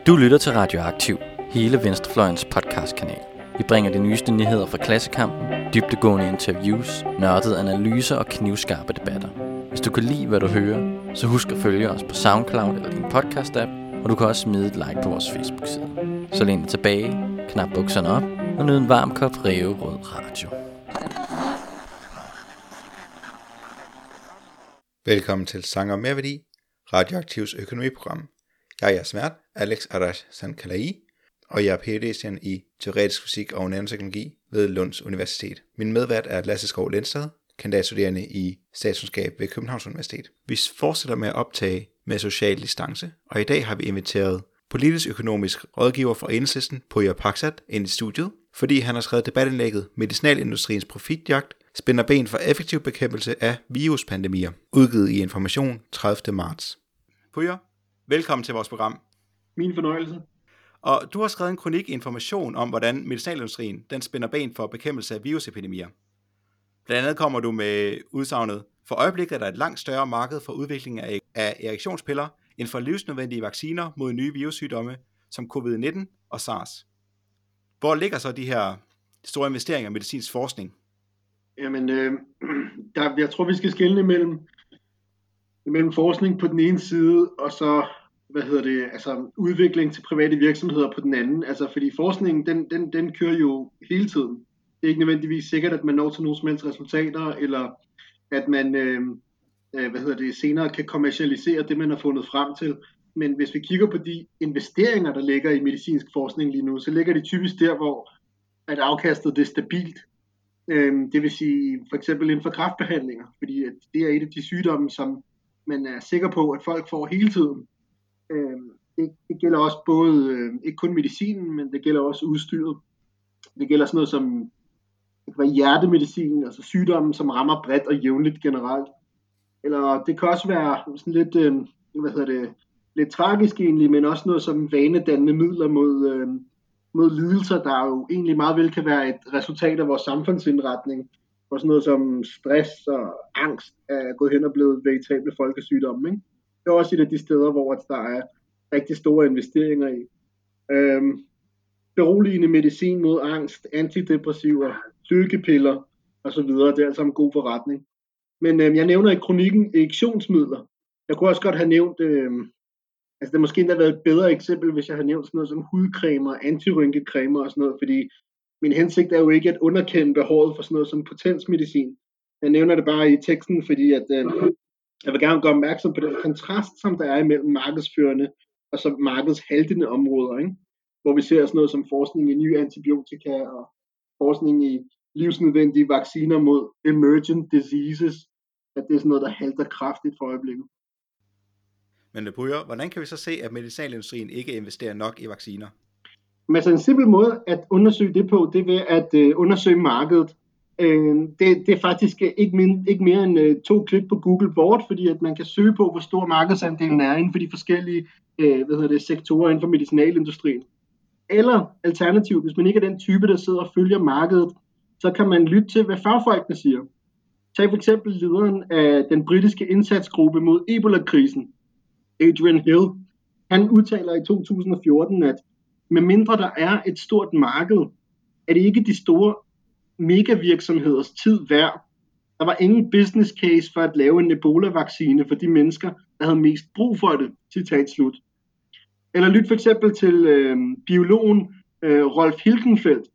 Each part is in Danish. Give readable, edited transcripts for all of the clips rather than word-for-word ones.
Du lytter til Radioaktiv, hele Venstrefløjens podcastkanal. Vi bringer de nyeste nyheder fra klassekampen, dybdegående interviews, nørdede analyser og knivskarpe debatter. Hvis du kan lide, hvad du hører, så husk at følge os på SoundCloud eller din podcast-app, og du kan også smide et like på vores Facebook-side. Så læn dig tilbage, knap bukserne op og nyd en varm kop ræverød radio. Velkommen til Sang om Merværdi, Radioaktivs økonomiprogram. Jeg er jeres vært, Alex Arash Sankalai, og jeg er Ph.D. i teoretisk fysik og nanoteknologi ved Lunds Universitet. Min medvært er Lasse Skov Lindstad, kandidatstuderende i statskundskab ved Københavns Universitet. Vi fortsætter med at optage med social distance, og i dag har vi inviteret politisk-økonomisk rådgiver fra Enhedslisten, Puja Pakzat, ind i studiet, fordi han har skrevet debatindlægget Medicinalindustriens profitjagt spænder ben for effektiv bekæmpelse af viruspandemier, udgivet i Information 30. marts. Puja, velkommen til vores program. Min fornøjelse. Og du har skrevet en kronik i Information om, hvordan medicinalindustrien den spænder ben for bekæmpelse af virusepidemier. Blandt andet kommer du med udsagnet: for øjeblikket er der et langt større marked for udvikling af erektionspiller end for livsnødvendige vacciner mod nye virussygdomme som covid-19 og SARS. Hvor ligger så de her store investeringer i medicinsk forskning? Jamen, jeg tror, vi skal skelne mellem forskning på den ene side, og så, udvikling til private virksomheder på den anden. Altså, fordi forskningen, den kører jo hele tiden. Det er ikke nødvendigvis sikkert, at man når til nogle som helst resultater, eller at man, senere kan kommercialisere det, man har fundet frem til. Men hvis vi kigger på de investeringer, der ligger i medicinsk forskning lige nu, så ligger de typisk der, hvor at afkastet det er stabilt. Det vil sige for eksempel inden for kræftbehandlinger, fordi at det er et af de sygdomme, som man er sikker på, at folk får hele tiden. Det gælder også både, ikke kun medicinen, men det gælder også udstyret. Det gælder sådan noget som hjertemedicin, altså sygdomme, som rammer bredt og jævnligt generelt. Eller det kan også være sådan lidt tragisk egentlig, men også noget som vanedannende midler mod lidelser, der jo egentlig meget vel kan være et resultat af vores samfundsindretning, hvor sådan noget som stress og angst er gået hen og blevet veritable folkesygdomme. Ikke? Det er også et af de steder, hvor der er rigtig store investeringer i. Beroligende medicin mod angst, antidepressiver, styrkepiller osv., det er altså en god forretning. Men jeg nævner i kronikken erektionsmidler. Jeg kunne også godt have nævnt, det måske endda været et bedre eksempel, hvis jeg havde nævnt sådan noget som hudcremer, antirynkecremer og sådan noget, fordi min hensigt er jo ikke at underkende behovet for sådan noget som potensmedicin. Jeg nævner det bare i teksten, fordi at, jeg vil gerne gøre opmærksom på den kontrast, som der er imellem markedsførende og så markedshaltende områder, ikke? Hvor vi ser sådan noget som forskning i nye antibiotika og forskning i livsnødvendige vacciner mod emergent diseases, at det er sådan noget, der halter kraftigt for øjeblikket. Men Puja, hvordan kan vi så se, at medicinalindustrien ikke investerer nok i vacciner? Men altså en simpel måde at undersøge det på, det er ved at undersøge markedet. Det er faktisk ikke mere end 2 klik på Google Board, fordi at man kan søge på, hvor stor markedsandelen er inden for de forskellige sektorer inden for medicinalindustrien. Eller alternativt, hvis man ikke er den type, der sidder og følger markedet, så kan man lytte til, hvad fagfolkene siger. Tag for eksempel lederen af den britiske indsatsgruppe mod Ebola-krisen, Adrian Hill. Han udtaler i 2014, at medmindre der er et stort marked, er det ikke de store megavirksomheders tid værd. Der var ingen business case for at lave en Ebola-vaccine for de mennesker, der havde mest brug for det. Citat slut. Eller lyt for eksempel til biologen Rolf Hilgenfeldt,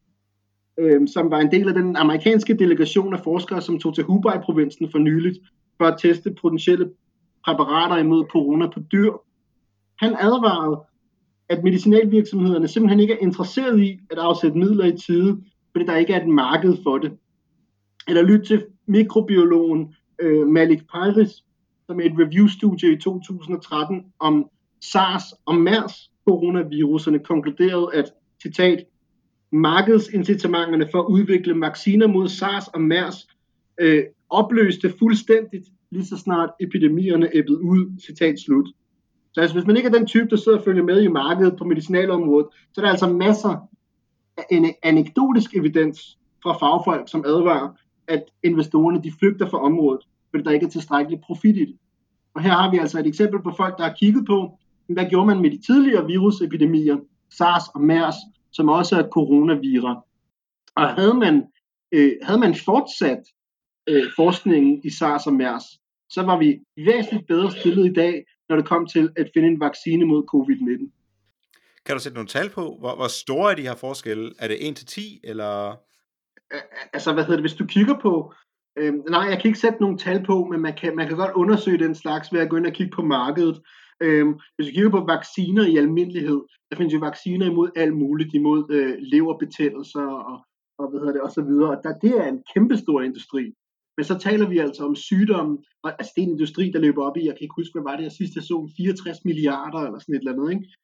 som var en del af den amerikanske delegation af forskere, som tog til Hubei-provinsen for nyligt, for at teste potentielle præparater imod corona på dyr. Han advarede, at medicinalvirksomhederne simpelthen ikke er interesseret i at afsætte midler i tide, fordi der ikke er et marked for det. Eller lyt til mikrobiologen Malik Peiris, som i et review-studie i 2013 om SARS og MERS coronaviruserne konkluderede, at, citat, markedsincitamenterne for at udvikle vacciner mod SARS og MERS opløste fuldstændigt, lige så snart epidemierne æbbede ud, citat slut. Så altså, hvis man ikke er den type, der sidder og følger med i markedet på medicinalområdet, så er der altså masser af anekdotisk evidens fra fagfolk, som advarer, at investorerne de flygter fra området, fordi der ikke er tilstrækkelig profit i det. Og her har vi altså et eksempel på folk, der har kigget på, Hvad gjorde man med de tidligere virusepidemier, SARS og MERS, som også er coronavirer? Og havde man fortsat forskningen i SARS og MERS, så var vi væsentligt bedre stillet i dag, når det kom til at finde en vaccine mod covid-19. Kan du sætte nogle tal på, hvor store er de her forskelle? Er det 1-10, eller? Altså, hvis du kigger på, nej, jeg kan ikke sætte nogle tal på, men man kan godt undersøge den slags ved at gå ind og kigge på markedet. Hvis du kigger på vacciner i almindelighed, der findes jo vacciner imod alt muligt, imod leverbetændelser og så videre. Og det er en kæmpestor industri. Men så taler vi altså om sygdomme, og altså det er en industri, der løber op i, jeg kan ikke huske, hvad var det, jeg sidst så, 64 milliarder eller sådan et eller andet, ikke?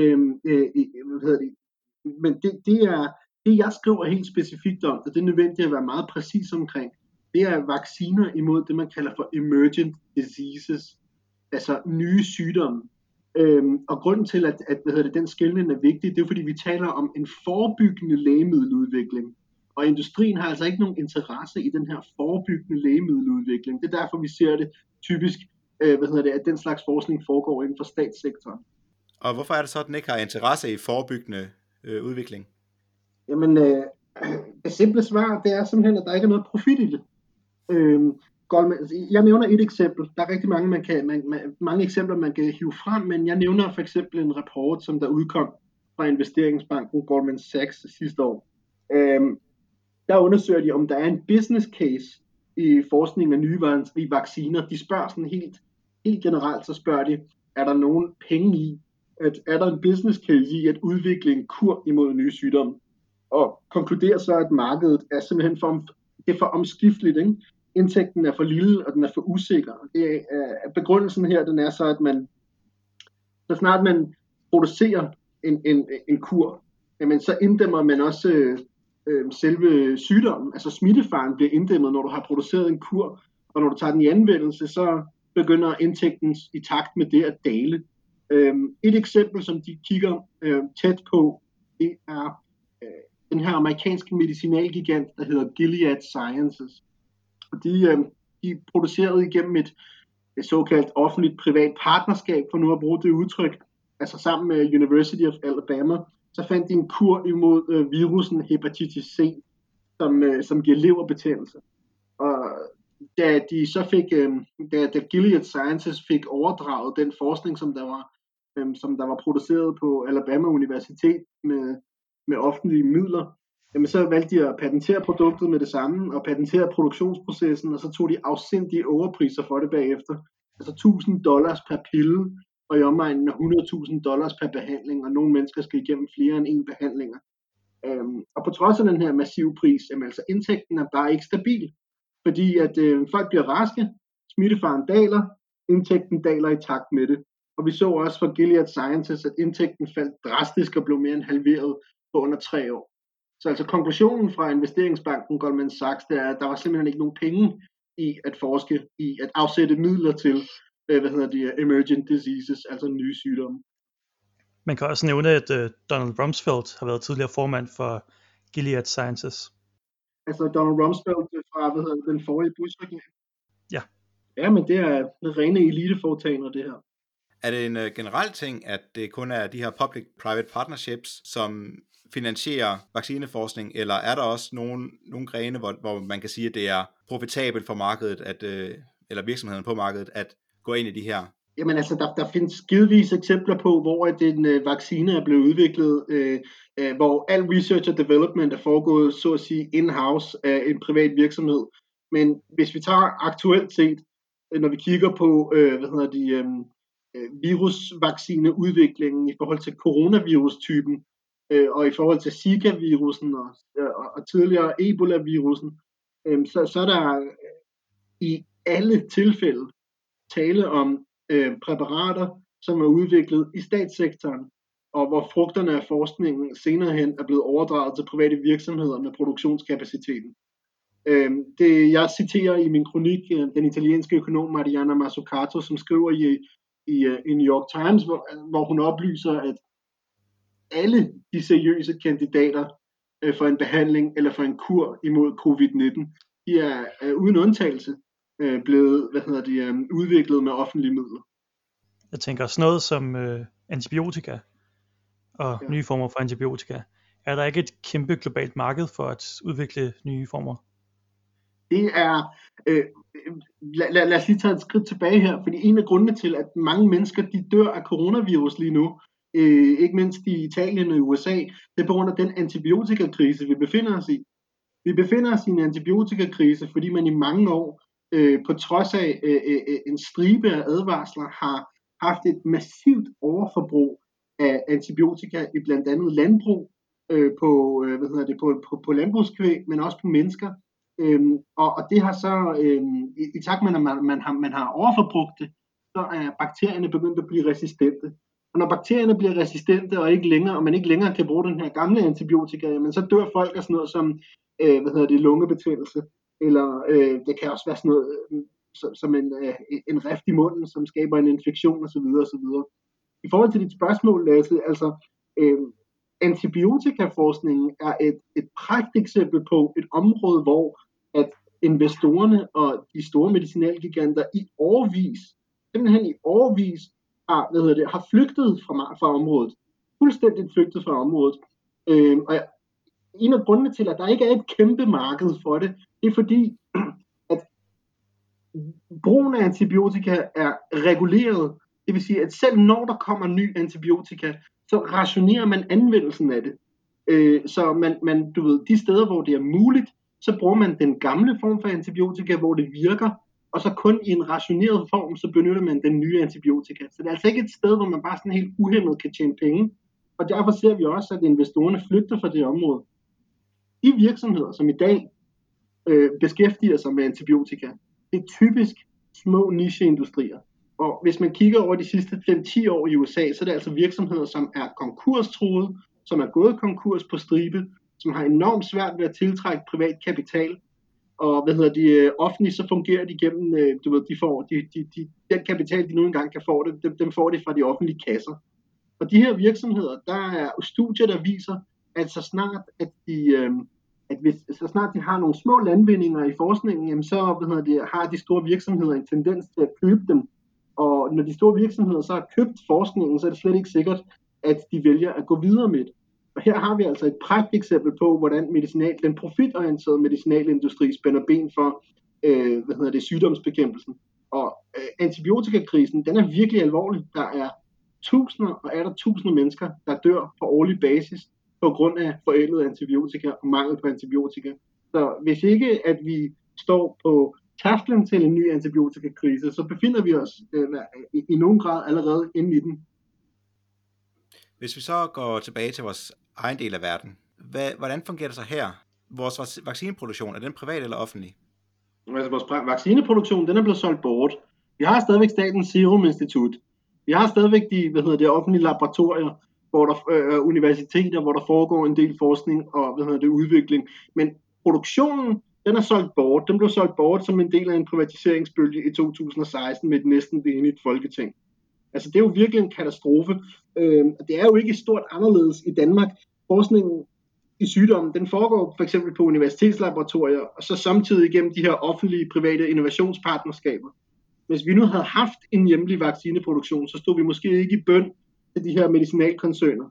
Men det er det, jeg skriver helt specifikt om, og det er nødvendigt at være meget præcis omkring, det er vacciner imod det, man kalder for emergent diseases, altså nye sygdomme. Og grunden til, at den skelnen er vigtig, det er fordi, vi taler om en forebyggende lægemiddeludvikling. Og industrien har altså ikke nogen interesse i den her forebyggende lægemiddeludvikling. Det er derfor, vi ser det typisk, at den slags forskning foregår inden for statssektoren. Og hvorfor er det så, at den ikke har interesse i forebyggende udvikling? Jamen, det simple svar, det er simpelthen, at der ikke er noget profit i det. Jeg nævner et eksempel. Der er rigtig mange eksempler, man kan hive frem, men jeg nævner for eksempel en rapport, som der udkom fra investeringsbanken Goldman Sachs sidste år. Der undersøger de, om der er en business case i forskningen af nye vacciner. De spørger sådan helt generelt, så spørger de, er der nogen penge i, er der en business case i at udvikle en kur imod nye sygdomme? Og konkluderer så, at markedet er simpelthen for omskifteligt, ikke? Indtægten er for lille, og den er for usikker. Det er, begrundelsen her, den er så, at så snart man producerer en kur, jamen så inddæmmer man også selve sygdommen. Altså smittefaren bliver inddæmmet, når du har produceret en kur, og når du tager den i anvendelse, så begynder indtægten i takt med det at dale. Et eksempel, som de kigger tæt på, det er den her amerikanske medicinalgigant, der hedder Gilead Sciences. De producerede igennem et såkaldt offentligt-privat partnerskab, for nu at bruge det udtryk, altså sammen med University of Alabama, så fandt de en kur imod virusen hepatitis C, som giver leverbetændelse. Og da Gilead Sciences fik overdraget den forskning, som der var produceret på Alabama Universitet med offentlige midler, jamen så valgte de at patentere produktet med det samme, og patentere produktionsprocessen, og så tog de afsindige overpriser for det bagefter. Altså $1,000 per pille, og i omegnen af $100,000 per behandling, og nogle mennesker skal igennem flere end en behandlinger. Og på trods af den her massive pris, jamen altså indtægten er bare ikke stabil, fordi at folk bliver raske, smittefaren daler, indtægten daler i takt med det. Og vi så også for Gilead Sciences, at indtægten faldt drastisk og blev mere end halveret på under 3 år. Så altså konklusionen fra investeringsbanken Goldman Sachs, det er, at der var simpelthen ikke nogen penge i at forske, i at afsætte midler til, emergent diseases, altså nye sygdomme. Man kan også nævne, at Donald Rumsfeld har været tidligere formand for Gilead Sciences. Altså Donald Rumsfeld fra, den forrige Bush-regering? Ja. Ja, men det er rene eliteforetagender, det her. Er det en generel ting, at det kun er de her public-private partnerships, som finansierer vaccineforskning, eller er der også nogle grene, hvor man kan sige, at det er profitabelt for markedet, eller virksomheden på markedet, at gå ind i de her? Jamen altså, der findes givetvis eksempler på, hvor en vaccine er blevet udviklet, hvor al research og development er foregået, så at sige, in-house af en privat virksomhed. Men hvis vi tager aktuelt set, når vi kigger på, virusvaccineudviklingen i forhold til coronavirus-typen, og i forhold til Zika-virusen og tidligere Ebola-virusen, så er der i alle tilfælde tale om præparater, som er udviklet i statssektoren, og hvor frugterne af forskningen senere hen er blevet overdraget til private virksomheder med produktionskapaciteten. Jeg citerer i min kronik den italienske økonom Mariana Mazzucato, som skriver i New York Times, hvor hun oplyser, at alle de seriøse kandidater for en behandling eller for en kur imod covid-19, de er uden undtagelse blevet udviklet med offentlige midler. Jeg tænker også noget som antibiotika og nye former for antibiotika. Er der ikke et kæmpe globalt marked for at udvikle nye former? Det er, lad os lige tage et skridt tilbage her, fordi en af grundene til, at mange mennesker de dør af coronavirus lige nu, ikke mindst i Italien og i USA, det er på grund af den antibiotikakrise, vi befinder os i. Vi befinder os i en antibiotikakrise, fordi man i mange år, på trods af en stribe af advarsler, har haft et massivt overforbrug af antibiotika i blandt andet landbrug, på landbrugskvæg, men også på mennesker. Og det har så, i takt med, at man har overforbrugt det, så er bakterierne begyndt at blive resistente. Og når bakterierne bliver resistente, og man ikke længere kan bruge den her gamle antibiotika, jamen, så dør folk af sådan noget som lungebetændelse, eller det kan også være sådan noget som en rift i munden, som skaber en infektion osv. osv. I forhold til dit spørgsmål, Lasse, altså antibiotikaforskningen er et pragteksempel på et område, hvor at investorerne og de store medicinalgiganter simpelthen i årevis har flygtet fra området. Fuldstændig flygtet fra området. Og en af grundene til, at der ikke er et kæmpe marked for det, det er fordi, at brugen af antibiotika er reguleret. Det vil sige, at selv når der kommer ny antibiotika, så rationerer man anvendelsen af det. Så man, de steder, hvor det er muligt, så bruger man den gamle form for antibiotika, hvor det virker, og så kun i en rationeret form, så benytter man den nye antibiotika. Så det er altså ikke et sted, hvor man bare sådan helt uhæmmet kan tjene penge. Og derfor ser vi også, at investorerne flygter fra det område. De virksomheder, som i dag beskæftiger sig med antibiotika, det er typisk små nicheindustrier. Og hvis man kigger over de sidste 5-10 år i USA, så er det altså virksomheder, som er konkurstruede, som er gået konkurs på stribe, som har enormt svært ved at tiltrække privat kapital. Og offentligt, så fungerer de gennem, de får den kapital, de nu engang kan få, dem får de fra de offentlige kasser. Og de her virksomheder, der er studier, der viser, at så snart de har nogle små landvindinger i forskningen, jamen så har de store virksomheder en tendens til at købe dem. Og når de store virksomheder så har købt forskningen, så er det slet ikke sikkert, at de vælger at gå videre med det. Og her har vi altså et pragteksempel på, hvordan den profitorienterede medicinalindustri spænder ben for sygdomsbekæmpelsen. Og antibiotikakrisen, den er virkelig alvorlig. Der er tusinder mennesker, der dør på årlig basis på grund af forældet antibiotika og mangel på antibiotika. Så hvis ikke, at vi står på tærsklen til en ny antibiotikakrise, så befinder vi os i nogen grad allerede inde i den. Hvis vi så går tilbage til vores egen del af verden, hvordan fungerer det så her? Vores vaccineproduktion, er den privat eller offentlig? Altså vores vaccineproduktion, den er blevet solgt bort. Vi har stadigvæk Statens Serum Institut. Vi har stadigvæk de offentlige laboratorier, hvor der universiteter, hvor der foregår en del forskning og udvikling. Men produktionen, den er solgt bort. Den blev solgt bort som en del af en privatiseringsbølge i 2016 med et næsten enigt folketing. Altså det er jo virkelig en katastrofe. Det er jo ikke stort anderledes i Danmark. Forskningen i sygdommen, den foregår for eksempel på universitetslaboratorier, og så samtidig igennem de her offentlige private innovationspartnerskaber. Hvis vi nu havde haft en hjemlig vaccineproduktion, så stod vi måske ikke i bøn til de her medicinalkoncerner.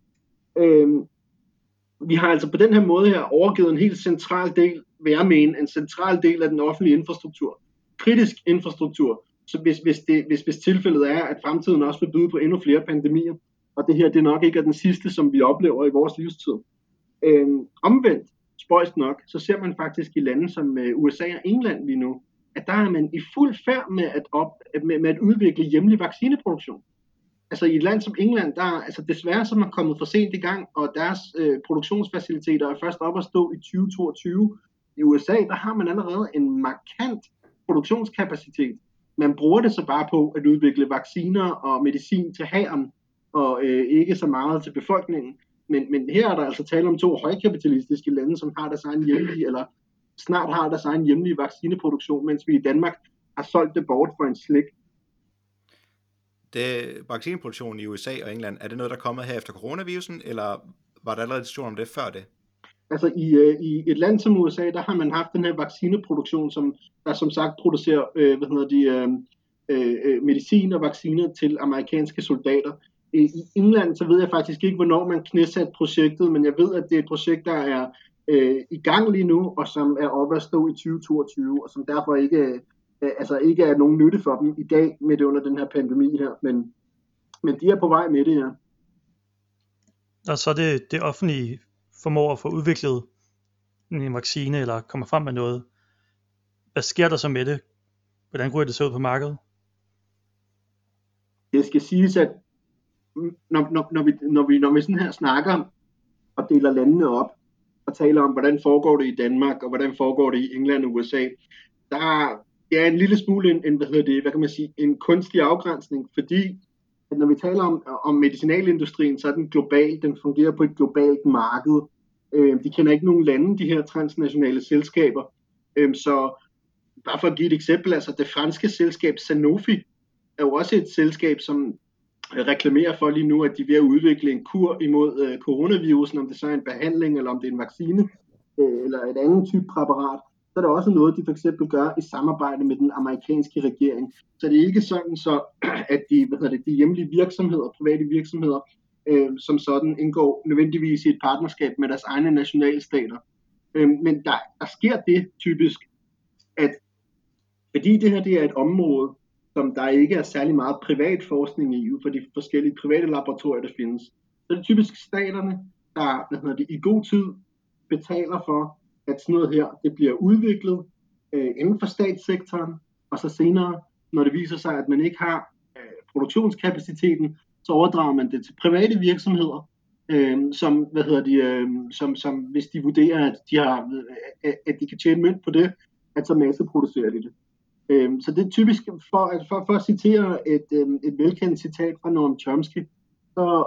Vi har altså på den her måde her overgivet en helt central del, en central del af den offentlige infrastruktur. Kritisk infrastruktur. Så hvis tilfældet er, at fremtiden også vil byde på endnu flere pandemier, og det her det nok ikke er den sidste, som vi oplever i vores livstid. Omvendt, spøjst nok, så ser man faktisk i lande som USA og England lige nu, at der er man i fuld færd med at udvikle hjemlig vaccineproduktion. Altså i et land som England, desværre så er man kommet for sent i gang, og deres produktionsfaciliteter er først op at stå i 2022. I USA, der har man allerede en markant produktionskapacitet. Man bruger det så bare på at udvikle vacciner og medicin til hæren, og ikke så meget til befolkningen. Men her er der altså tale om 2 højkapitalistiske lande, som har deres egen hjemlige, eller snart har deres egen hjemlige vaccineproduktion, mens vi i Danmark har solgt det bort for en slik. Vaccineproduktionen i USA og England, er det noget, der er kommet her efter coronavirusen, eller var der allerede diskussion om det før det? Altså i et land som USA, der har man haft den her vaccineproduktion, der som sagt producerer medicin og vacciner til amerikanske soldater. I England, så ved jeg faktisk ikke, hvornår man knæsatte projektet, men jeg ved, at det er et projekt, der er i gang lige nu, og som er oppe at stå i 2022, og som derfor ikke er nogen nytte for dem i dag, midt under den her pandemi her, men de er på vej med det, ja. Og så det offentlige formår at få udviklet en vaccine, eller kommer frem med noget. Hvad sker der så med det? Hvordan ryger det så ud på markedet? Det skal siges, at når vi sådan her snakker og deler landene op, og taler om, hvordan foregår det i Danmark, og hvordan foregår det i England og USA, det er en lille smule en kunstig afgrænsning, fordi at når vi taler om medicinalindustrien, så er den global, den fungerer på et globalt marked. De kender ikke nogen lande, de her transnationale selskaber. Så bare for at give et eksempel, altså det franske selskab Sanofi er jo også et selskab, som reklamerer for lige nu, at de er ved at udvikle en kur imod coronavirusen, om det så er en behandling, eller om det er en vaccine, eller et andet type præparat. Så er der også noget, de for eksempel gør i samarbejde med den amerikanske regering. Så det er ikke sådan, at de hjemlige virksomheder, private virksomheder, som sådan indgår nødvendigvis i et partnerskab med deres egne nationalstater. Men der sker det typisk, at fordi det her det er et område, som der ikke er særlig meget privat forskning i, for de forskellige private laboratorier, der findes, så er det typisk staterne, der i god tid betaler for, at sådan noget her, det bliver udviklet inden for statssektoren, og så senere, når det viser sig, at man ikke har produktionskapaciteten, så overdrager man det til private virksomheder, som hvis de vurderer, at de kan tjene mønt på det, at så masseproducerer de det. Så det er typisk, for at citere et velkendt citat fra Noam Chomsky, så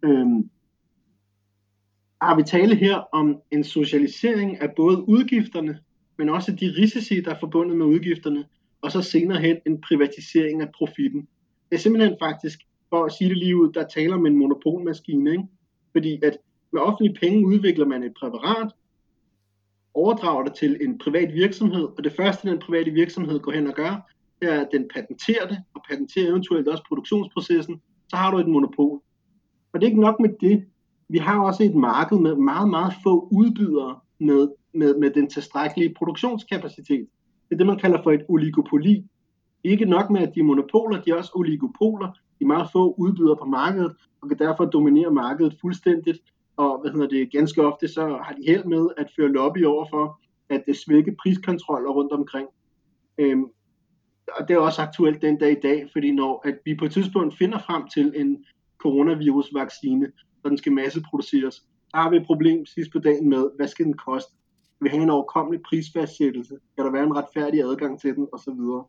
har vi tale her om en socialisering af både udgifterne, men også de risici, der er forbundet med udgifterne, og så senere hen en privatisering af profitten. Det er simpelthen faktisk, for at sige det lige ud, der taler om en monopolmaskine, ikke? Fordi at med offentlige penge udvikler man et præparat, overdrager det til en privat virksomhed, og det første, den private virksomhed går hen og gør, det er, at den patenterer det, og patenterer eventuelt også produktionsprocessen, så har du et monopol. Og det er ikke nok med det. Vi har også et marked med meget, meget få udbydere med den tilstrækkelige produktionskapacitet. Det er det, man kalder for et oligopoli. Ikke nok med, at de er monopoler, de er også oligopoler. De er meget få udbydere på markedet, og kan derfor dominere markedet fuldstændigt. Og ganske ofte så har de held med at føre lobby over for, at det svække priskontroller rundt omkring. Og det er også aktuelt den dag i dag, fordi når at vi på et tidspunkt finder frem til en coronavirusvaccine, og den skal masseproduceres, så har vi et problem sidst på dagen med, hvad skal den koste? Skal vi have en overkommelig prisfastsættelse? Skal der være en retfærdig adgang til den? Og så videre.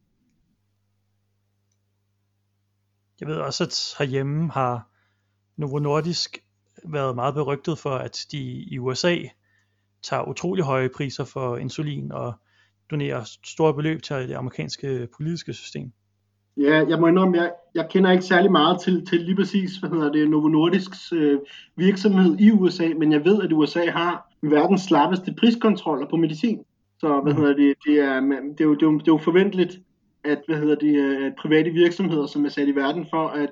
Jeg ved også, at herhjemme har Novo Nordisk været meget berygtet for, at de i USA tager utrolig høje priser for insulin og donerer store beløb til det amerikanske politiske system. Ja, jeg må indrømme, jeg kender ikke særlig meget til lige præcis, Novo Nordisks virksomhed i USA, men jeg ved, at USA har verdens slappeste priskontroller på medicin. Så det er jo forventeligt, at at private virksomheder, som er sat i verden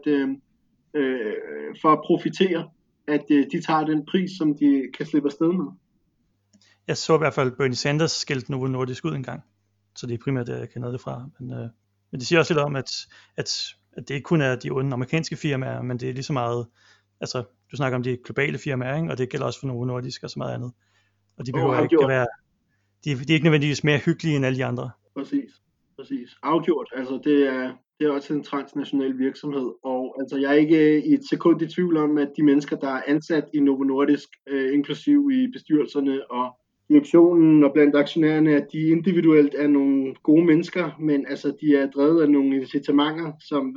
for at profitere, at de tager den pris, som de kan slippe afsted med. Jeg så i hvert fald Bernie Sanders skældte Novo Nordisk ud en gang, så det er primært det, jeg kender det fra. Men det siger også lidt om, at det ikke kun er de onde amerikanske firmaer, men det er lige så meget, altså du snakker om de globale firmaer, ikke? Og det gælder også for Novo Nordisk og så meget andet. Og de behøver ikke at være, de er ikke nødvendigvis mere hyggelige end alle de andre. Præcis. Afgjort. Altså det er også en transnational virksomhed, og altså jeg er ikke i et sekund i tvivl om, at de mennesker, der er ansat i Novo Nordisk, inklusiv i bestyrelserne og direktionen og blandt aktionærerne, at de individuelt er nogle gode mennesker, men altså de er drevet af nogle incitamenter, som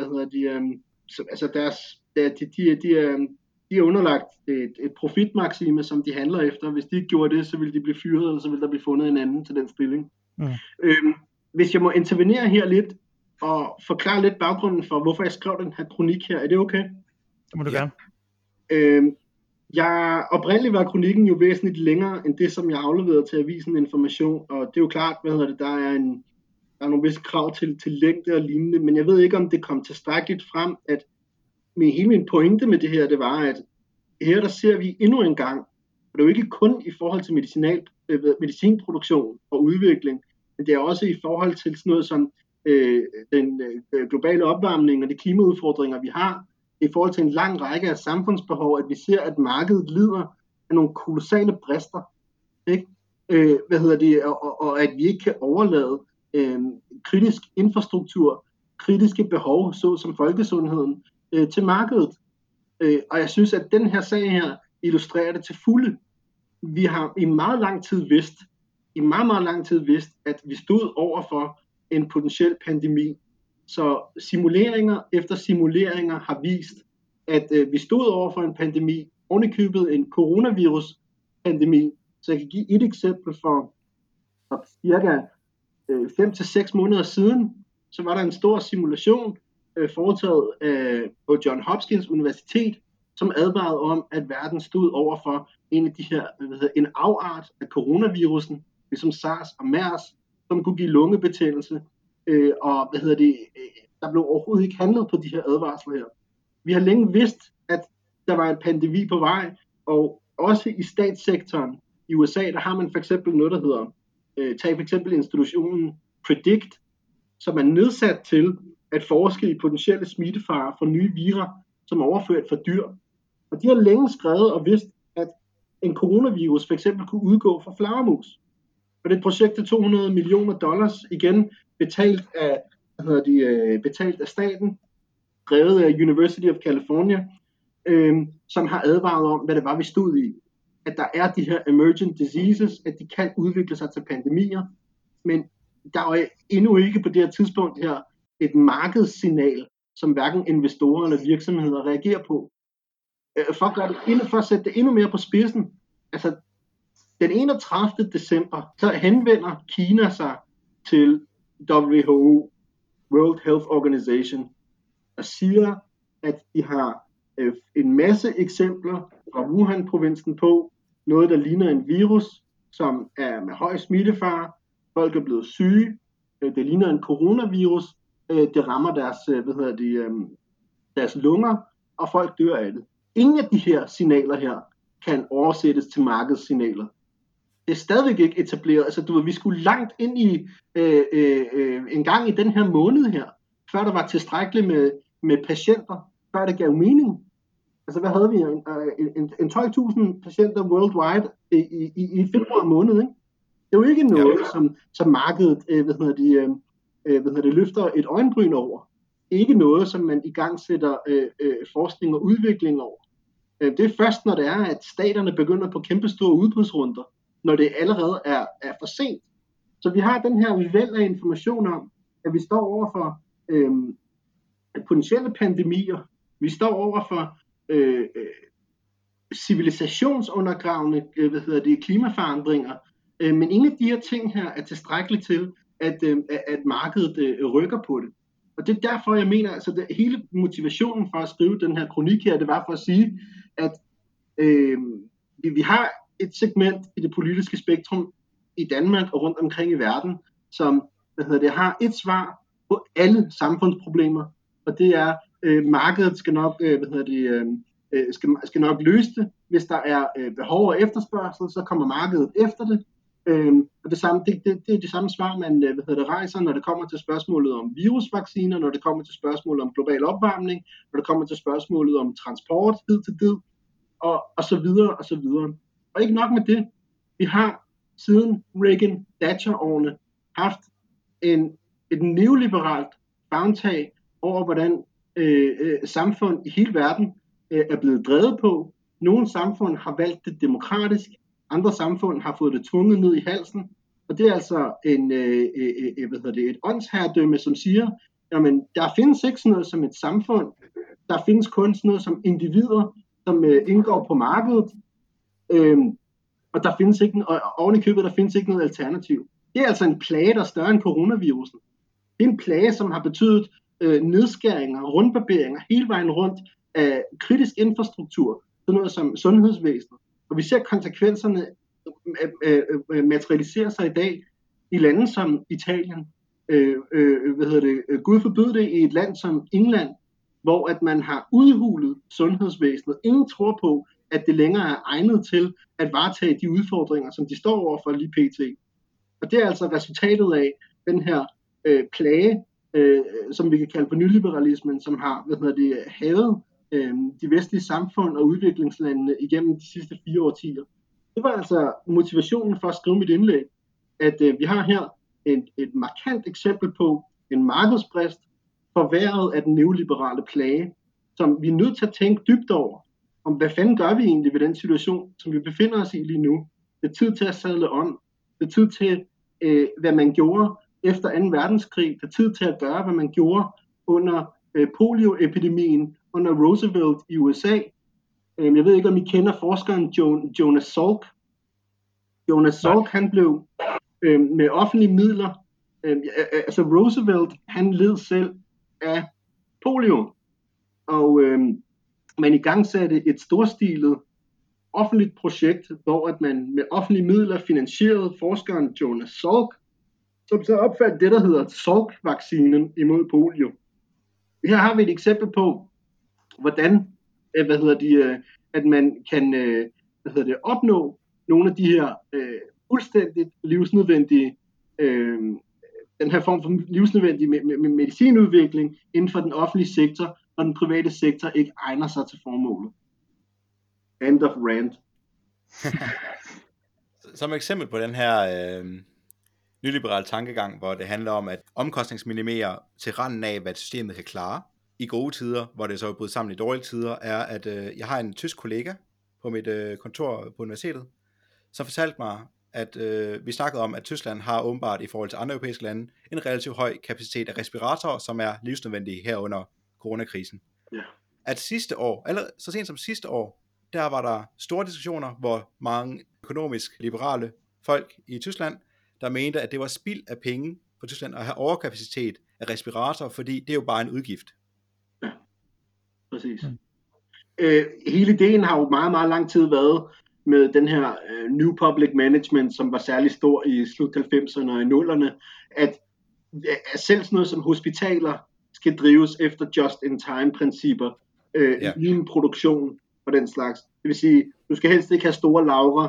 de er underlagt et profitmaksime, som de handler efter. Hvis de ikke gjorde det, så ville de blive fyret, og så ville der blive fundet en anden til den stilling. Hvis jeg må intervenere her lidt og forklare lidt baggrunden for, hvorfor jeg skrev den her kronik her, er det okay? Det må du gerne. Oprindeligt var kronikken jo væsentligt længere end det, som jeg afleverede til avisen Information, og det er jo klart, der er nogle visse krav til længde og lignende, men jeg ved ikke, om det kom tilstrækkeligt frem, at hele min pointe med det her, det var, at her der ser vi endnu en gang, og det er jo ikke kun i forhold til medicinproduktion og udvikling, men det er også i forhold til sådan noget som den globale opvarmning og de klimaudfordringer, vi har, i forhold til en lang række af samfundsbehov, at vi ser, at markedet lider af nogle kolossale brister, ikke? Og at vi ikke kan overlade kritisk infrastruktur, kritiske behov, såsom folkesundheden, til markedet. Og jeg synes, at den her sag her illustrerer det til fulde. Vi har i meget lang tid vidst, at vi stod over for en potentiel pandemi. Så simuleringer efter simuleringer har vist, at vi stod over for en pandemi, ovenikøbet en coronavirus-pandemi. Så jeg kan give et eksempel for cirka 5 til 6 måneder siden, så var der en stor simulation foretaget på Johns Hopkins Universitet, som advarede om, at verden stod over for en af de her, en afart af coronavirusen, ligesom SARS og MERS, som kunne give lungebetændelse, og der blev overhovedet ikke handlet på de her advarsler her. Vi har længe vidst, at der var en pandemi på vej, og også i statssektoren i USA, der har man for eksempel noget, der hedder, tag for eksempel institutionen PREDICT, som er nedsat til at forske i potentielle smittefarer for nye virer, som er overført fra dyr. Og de har længe skrevet og vidst, at en coronavirus for eksempel kunne udgå fra flagermus. Og det er et projekt til $200 million, igen betalt af staten, drevet af University of California, som har advaret om, hvad det var, vi stod i. At der er de her emergent diseases, at de kan udvikle sig til pandemier, men der er jo endnu ikke på det her tidspunkt her et markedssignal, som hverken investorer eller virksomheder reagerer på. For at sætte det endnu mere på spidsen, altså den 31. december, så henvender Kina sig til WHO, World Health Organization, og siger, at de har en masse eksempler fra Wuhan-provinsen på noget, der ligner en virus, som er med høj smittefare. Folk er blevet syge. Det ligner en coronavirus. Det rammer deres lunger, og folk dør af det. Ingen af de her signaler her kan oversættes til markedssignaler. Det er stadigvæk ikke etableret. Altså, vi skulle langt ind i en gang i den her måned her, før der var tilstrækkeligt med patienter, før det gav mening. Altså, hvad havde vi? En 12.000 patienter worldwide i februar måned, ikke? Det er jo ikke noget, som markedet løfter et øjenbryn over. Ikke noget, som man i gang sætter forskning og udvikling over. Det er først, når det er, at staterne begynder på kæmpe store udbudsrunder, når det allerede er for sent. Så vi har den her væld af information om, at vi står over for potentielle pandemier. Vi står over for civilisationsundergravende klimaforandringer. Men ingen af de her ting her er tilstrækkeligt til, at markedet rykker på det. Og det er derfor, jeg mener, altså hele motivationen for at skrive den her kronik her, det var for at sige, at vi har et segment i det politiske spektrum i Danmark og rundt omkring i verden, som har et svar på alle samfundsproblemer, og det er, markedet skal nok løse det. Hvis der er behov og efterspørgsel, så kommer markedet efter det. Og det er det samme svar, man rejser, når det kommer til spørgsmålet om virusvacciner, når det kommer til spørgsmålet om global opvarmning, når det kommer til spørgsmålet om transport, bid til bid, og så videre, og så videre. Og ikke nok med det, vi har siden Reagan-Thatcher-årene haft et neoliberalt bagtag over, hvordan samfund i hele verden er blevet drevet på. Nogle samfund har valgt det demokratisk, andre samfund har fået det tvunget ned i halsen, og det er altså et åndsherredømme, som siger, jamen, der findes ikke sådan noget som et samfund, der findes kun sådan noget som individer, som indgår på markedet, og der findes ikke, og oven i købet, der findes ikke noget alternativ. Det er altså en plage, der er større end coronavirusen. Det er en plage, som har betydet nedskæringer, rundbarberinger hele vejen rundt af kritisk infrastruktur, sådan noget som sundhedsvæsenet. Og vi ser konsekvenserne materialisere sig i dag i lande som Italien. Gud forbyde det i et land som England, hvor at man har udhulet sundhedsvæsenet. Ingen tror på, at det længere er egnet til at varetage de udfordringer, som de står overfor lige pt. Og det er altså resultatet af den her plage, som vi kan kalde for nyliberalismen, som har havet de vestlige samfund og udviklingslandene igennem de sidste 4 årtier. Det var altså motivationen for at skrive mit indlæg, at vi har her et markant eksempel på en markedsbrist forværret af den neoliberale plage, som vi er nødt til at tænke dybt over, om hvad fanden gør vi egentlig ved den situation, som vi befinder os i lige nu. Det er tid til at sadle om. Det er tid til, hvad man gjorde efter 2. verdenskrig. Det er tid til at gøre, hvad man gjorde under polioepidemien under Roosevelt i USA. Jeg ved ikke, om I kender forskeren Jonas Salk. Jonas Salk, han blev med offentlige midler, altså Roosevelt, han led selv af polio, og man igangsatte et storstilet offentligt projekt, hvor at man med offentlige midler finansierede forskeren Jonas Salk, som så opfandt det, der hedder Salk-vaccinen imod polio. Her har vi et eksempel på, hvordan at man kan opnå nogle af de her fuldstændigt livsnødvendige den her form for livsnødvendig medicinudvikling inden for den offentlige sektor, og den private sektor ikke egner sig til formålet. End of rant. Som eksempel på den her nyliberale tankegang, hvor det handler om at omkostningsminimere til randen af, hvad systemet kan klare i gode tider, hvor det så er brudt sammen i dårlige tider, er, at jeg har en tysk kollega på mit kontor på universitetet, som fortalte mig, at vi snakkede om, at Tyskland har åbenbart i forhold til andre europæiske lande en relativt høj kapacitet af respiratorer, som er livsnødvendige her under coronakrisen. Ja. At sidste år, eller så sent som sidste år, der var der store diskussioner, hvor mange økonomisk liberale folk i Tyskland, der mente, at det var spild af penge for Tyskland at have overkapacitet af respiratorer, fordi det er jo bare en udgift. Ja, præcis. Hele ideen har jo meget, meget lang tid været med den her New Public Management, som var særlig stor i slut 90'erne og i 0'erne, at selv sådan noget som hospitaler skal drives efter just-in-time-principper, i en produktion og den slags. Det vil sige, du skal helst ikke have store lagre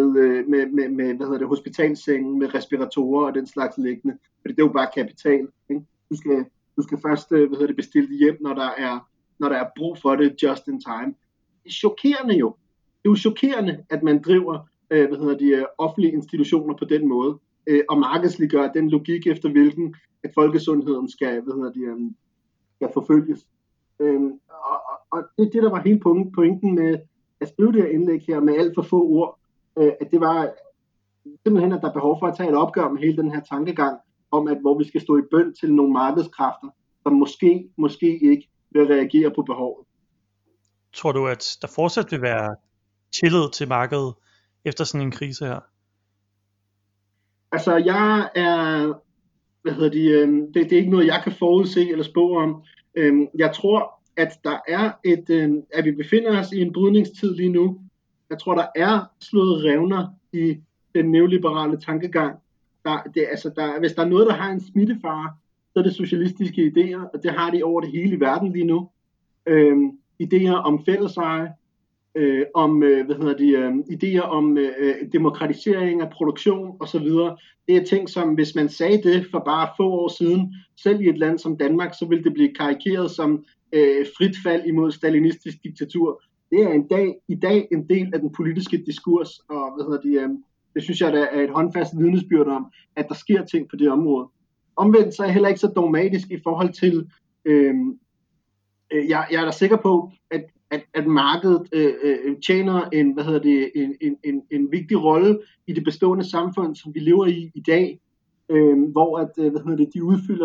med hospitalsengen, med respiratorer og den slags liggende, fordi det er jo bare kapital. Ikke? Du skal først bestille det hjem, når der er brug for det just in time. Det er chokerende jo. Det er jo chokerende, at man driver offentlige institutioner på den måde, og markedsliggør den logik, efter hvilken at folkesundheden skal forfølges. Og det er det, der var hele pointen med at skrive det her indlæg her med alt for få ord, at det var simpelthen, at der er behov for at tage et opgør med hele den her tankegang om, at hvor vi skal stå i bøn til nogle markedskræfter, som måske ikke vil reagere på behovet. Tror du, at der fortsat vil være tillid til markedet efter sådan en krise her? Altså, jeg er, det er ikke noget, jeg kan forudse eller spå om. Jeg tror, at der er at vi befinder os i en brydningstid lige nu. Jeg tror, der er slået revner i den neoliberale tankegang. Hvis der er noget, der har en smittefare, så er det socialistiske idéer, og det har de over det hele i verden lige nu. Idéer om fælleseje, idéer om demokratisering af produktion osv. Det er ting, som hvis man sagde det for bare få år siden, selv i et land som Danmark, så ville det blive karikeret som frit fald imod stalinistisk diktatur. Det er i dag en del af den politiske diskurs, og det synes jeg, der er et håndfast vidnesbyrd om, at der sker ting på det område. Omvendt så er jeg heller ikke så dogmatisk i forhold til, jeg er da sikker på, at markedet tjener en vigtig rolle i det bestående samfund, som vi lever i dag, hvor at de udfylder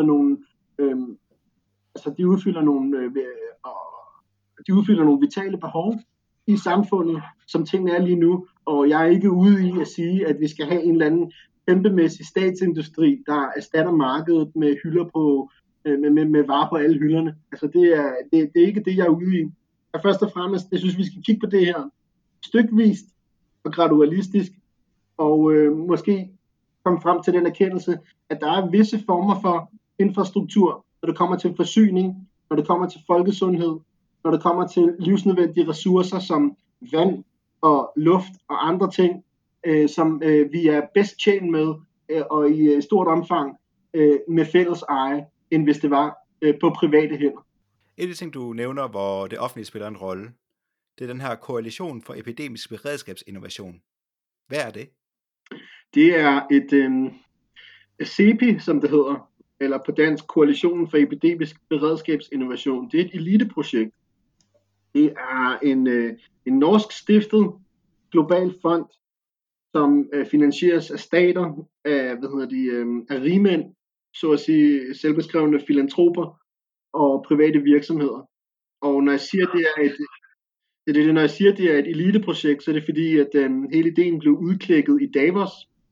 nogle vitale behov i samfundet, som tingene er lige nu, og jeg er ikke ude i at sige, at vi skal have en eller anden kæmpemæssig statsindustri, der erstatter markedet med hylder på med varer på alle hylderne. Altså det er ikke det, jeg er ude i. Og først og fremmest, jeg synes, vi skal kigge på det her stykvist og gradualistisk, og måske komme frem til den erkendelse, at der er visse former for infrastruktur, når det kommer til forsyning, når det kommer til folkesundhed, når det kommer til livsnødvendige ressourcer som vand og luft og andre ting, som vi er bedst tjent med og i stort omfang med fælles eje, end hvis det var på private hænder. Et af de ting, du nævner, hvor det offentlige spiller en rolle, det er den her koalition for epidemisk beredskabsinnovation. Hvad er det? Det er et CEPI, som det hedder, eller på dansk Koalitionen for Epidemisk Beredskabsinnovation. Det er et eliteprojekt. Det er en norsk stiftet global fond, som finansieres af stater, af rigmænd, så at sige selvbeskrevne filantroper og private virksomheder. Og når jeg siger, når jeg siger, det er et eliteprojekt, så er det fordi, at hele ideen blev udklækket i Davos.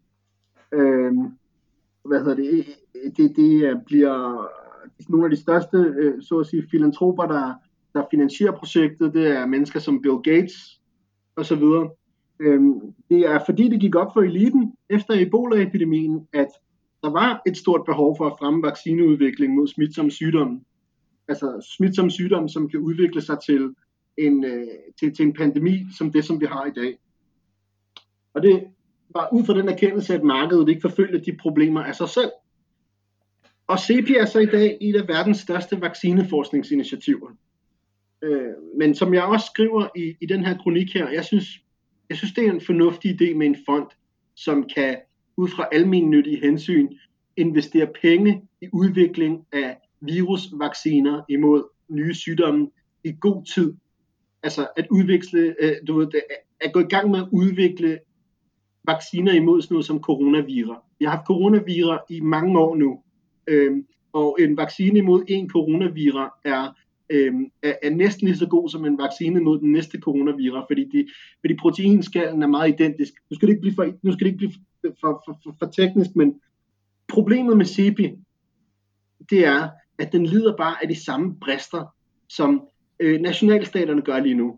Det bliver nogle af de største, så at sige, filantroper, der finansierer projektet. Det er mennesker som Bill Gates og så videre. Det er fordi, det gik op for eliten efter Ebola-epidemien, at der var et stort behov for at fremme vaccineudvikling mod smitsomme sygdomme. Altså smitsomme sygdomme, som kan udvikle sig til en pandemi, som det, som vi har i dag. Og det var ud fra den erkendelse, at markedet ikke forfølger de problemer af sig selv. Og CEPI er så i dag et af verdens største vaccineforskningsinitiativer. Men som jeg også skriver i den her kronik her, jeg synes, det er en fornuftig idé med en fond, som kan ud fra almennyttige hensyn investere penge i udvikling af virusvacciner imod nye sygdomme i god tid. Altså at at gå i gang med at udvikle vacciner imod sådan noget som coronavirus. Vi har haft coronavirus i mange år nu, og en vaccine imod en coronavirus er næsten lige så god som en vaccine mod den næste coronavirus, fordi proteinskallen er meget identisk. Nu skal det ikke blive for teknisk, men problemet med CEPI, det er, at den lider bare af de samme brister, som nationalstaterne gør lige nu.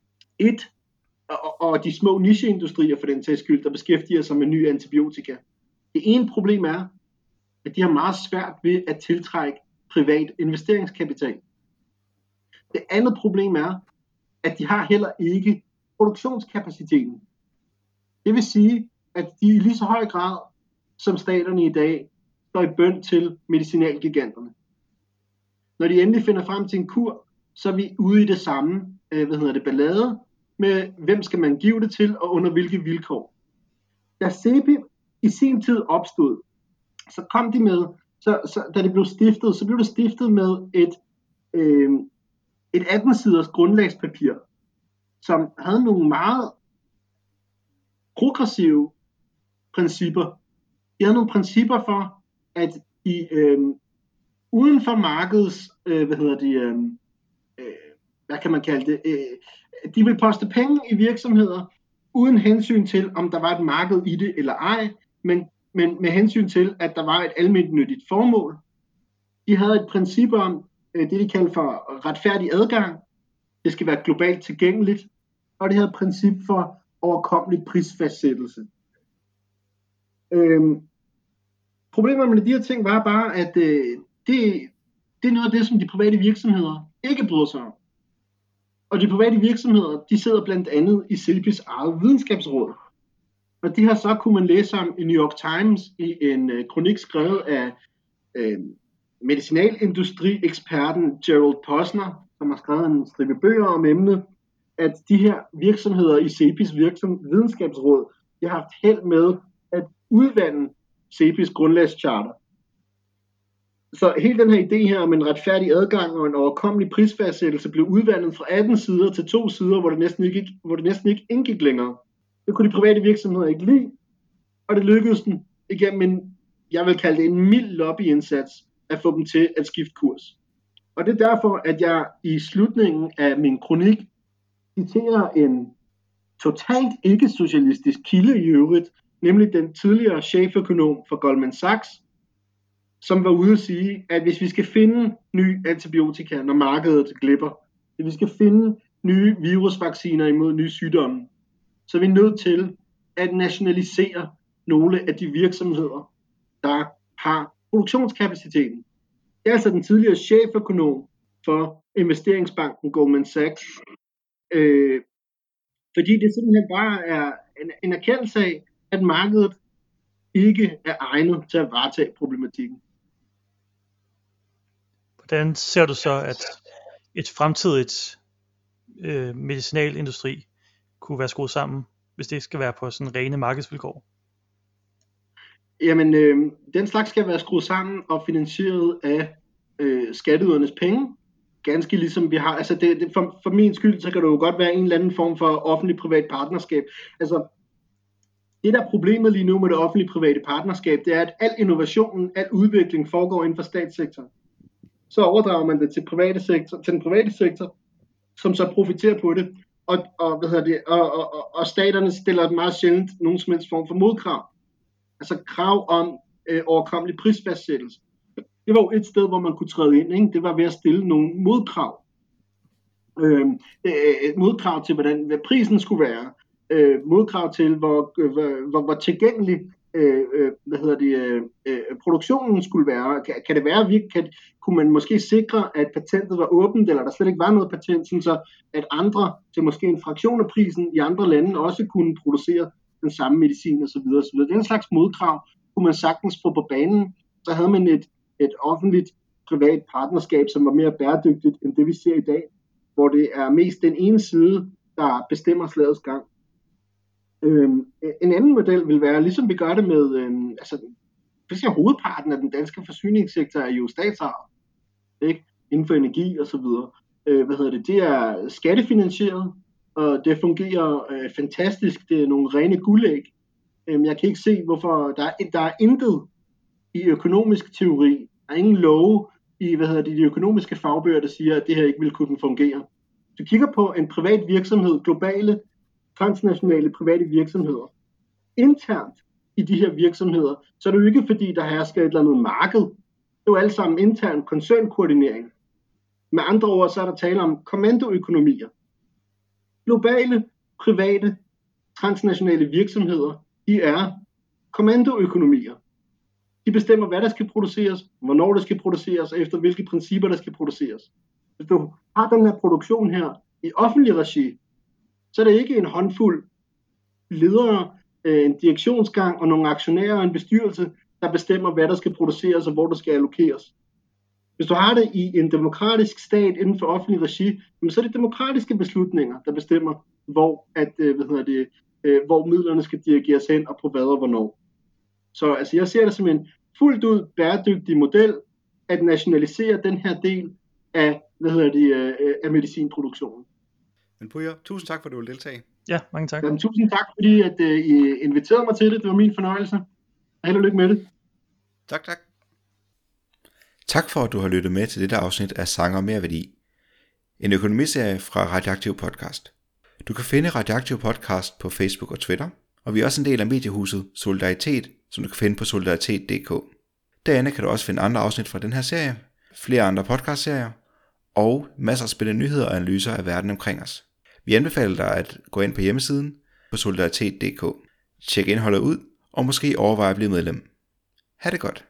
Og de små nicheindustrier for den sags skyld, der beskæftiger sig med nye antibiotika. Det ene problem er, at de har meget svært ved at tiltrække privat investeringskapital. Det andet problem er, at de har heller ikke produktionskapaciteten. Det vil sige, at de i lige så høj grad som staterne i dag står i bøn til medicinalgiganterne. Når de endelig finder frem til en kur, så er vi ude i det samme ballade med, hvem skal man give det til og under hvilke vilkår. Da CEPI i sin tid opstod, så kom de med, da det blev stiftet, så blev det stiftet med et 18-siders grundlagspapir, som havde nogle meget progressive principper. De havde nogle principper for, at de uden for markedets, de vil poste penge i virksomheder, uden hensyn til, om der var et marked i det eller ej, men med hensyn til, at der var et almennyttigt formål. De havde et princip om, det de kalder for retfærdig adgang. Det skal være globalt tilgængeligt. Og det havde et princip for overkommelig prisfastsættelse. Problemet med de her ting var bare, at det er noget af det, som de private virksomheder ikke bryder sig om. Og de private virksomheder, de sidder blandt andet i CEPIs eget videnskabsråd. Og det her så kunne man læse om i New York Times i en kronik skrevet af medicinalindustrieksperten Gerald Posner, som har skrevet en stribe bøger om emnet, at de her virksomheder i CEPIs videnskabsråd, de har haft held med at udvande CEPIs grundlagscharter. Så hele den her idé her om en retfærdig adgang og en overkommelig prisfastsættelse blev udvandet fra 18 sider til 2 sider, hvor det næsten ikke indgik længere. Det kunne de private virksomheder ikke lide, og det lykkedes dem igennem jeg vil kalde det en mild lobbyindsats, at få dem til at skifte kurs. Og det er derfor, at jeg i slutningen af min kronik citerer en totalt ikke-socialistisk kilde i øvrigt, nemlig den tidligere cheføkonom for Goldman Sachs, som var ude at sige, at hvis vi skal finde nye antibiotika, når markedet glipper, hvis vi skal finde nye virusvacciner imod nye sygdomme, så er vi nødt til at nationalisere nogle af de virksomheder, der har produktionskapaciteten. Det er altså den tidligere cheføkonom for investeringsbanken Goldman Sachs. Fordi det simpelthen bare er en erkendelse af, at markedet ikke er egnet til at varetage problematikken. Hvordan ser du så, at et fremtidigt medicinalindustri kunne være skruet sammen, hvis det ikke skal være på sådan rene markedsvilkår? Jamen, den slags skal være skruet sammen og finansieret af skatteydernes penge. Ganske ligesom vi har, altså for min skyld, så kan det jo godt være en eller anden form for offentlig-privat partnerskab. Altså, det der er problemet lige nu med det offentlig-private partnerskab, det er, at al innovationen, al udvikling foregår inden for statssektoren. Så overdrager man det til den private sektor, som så profiterer på det, og staterne stiller meget sjældent nogen som helst form for modkrav. Altså krav om overkommelig prisfastsættelse. Det var jo et sted, hvor man kunne træde ind, ikke? Det var ved at stille nogle modkrav. Modkrav til, hvad prisen skulle være. Modkrav til, hvor tilgængelig produktionen skulle være. Kan det være, kunne man måske sikre, at patentet var åbent, eller der slet ikke var noget patent, så at andre til måske en fraktion af prisen i andre lande også kunne producere den samme medicin osv. Den slags modkrav kunne man sagtens få på banen. Så havde man et offentligt privat partnerskab, som var mere bæredygtigt end det vi ser i dag, hvor det er mest den ene side, der bestemmer slagets gang. En anden model vil være, ligesom vi gør det med, hvis hovedparten af den danske forsyningssektor er jo statsejet, ikke? Inden for energi og så videre. Det er skattefinansieret, og det fungerer fantastisk. Det er nogle rene guldæg. Jeg kan ikke se, hvorfor der er intet i økonomisk teori, der er ingen love i de økonomiske fagbøger, der siger, at det her ikke vil kunne fungere. Hvis du kigger på en privat virksomhed, globale, transnationale private virksomheder, internt i de her virksomheder, så er det jo ikke fordi, der hersker et eller andet marked. Det er jo alle sammen intern koncernkoordinering. Med andre ord, så er der tale om kommandoøkonomier. Globale, private, transnationale virksomheder, de er kommandoøkonomier. De bestemmer, hvad der skal produceres, hvornår det skal produceres, og efter hvilke principper der skal produceres. Hvis du har den her produktion her i offentlig regi, så er det ikke en håndfuld ledere, en direktionsgang og nogle aktionærer og en bestyrelse, der bestemmer, hvad der skal produceres og hvor der skal allokeres. Hvis du har det i en demokratisk stat inden for offentlig regi, så er det demokratiske beslutninger, der bestemmer, hvor midlerne skal dirigeres hen og på hvad og hvornår. Så altså, jeg ser det som en fuldt ud bæredygtig model at nationalisere den her del af, af medicinproduktionen. Men Puja, tusind tak for, at du ville deltage. Ja, mange tak. Jamen, tusind tak, fordi at I inviterede mig til det. Det var min fornøjelse. Held og lykke med det. Tak. Tak for, at du har lyttet med til dette afsnit af Sanger og Mere Værdi. En økonomiserie fra Radioaktiv Podcast. Du kan finde Radioaktiv Podcast på Facebook og Twitter, og vi er også en del af mediehuset Solidaritet, som du kan finde på solidaritet.dk. Derinde kan du også finde andre afsnit fra den her serie, flere andre podcastserier, og masser af spændende nyheder og analyser af verden omkring os. Vi anbefaler dig at gå ind på hjemmesiden på solidaritet.dk, tjek indholdet ud, og måske overveje at blive medlem. Ha' det godt.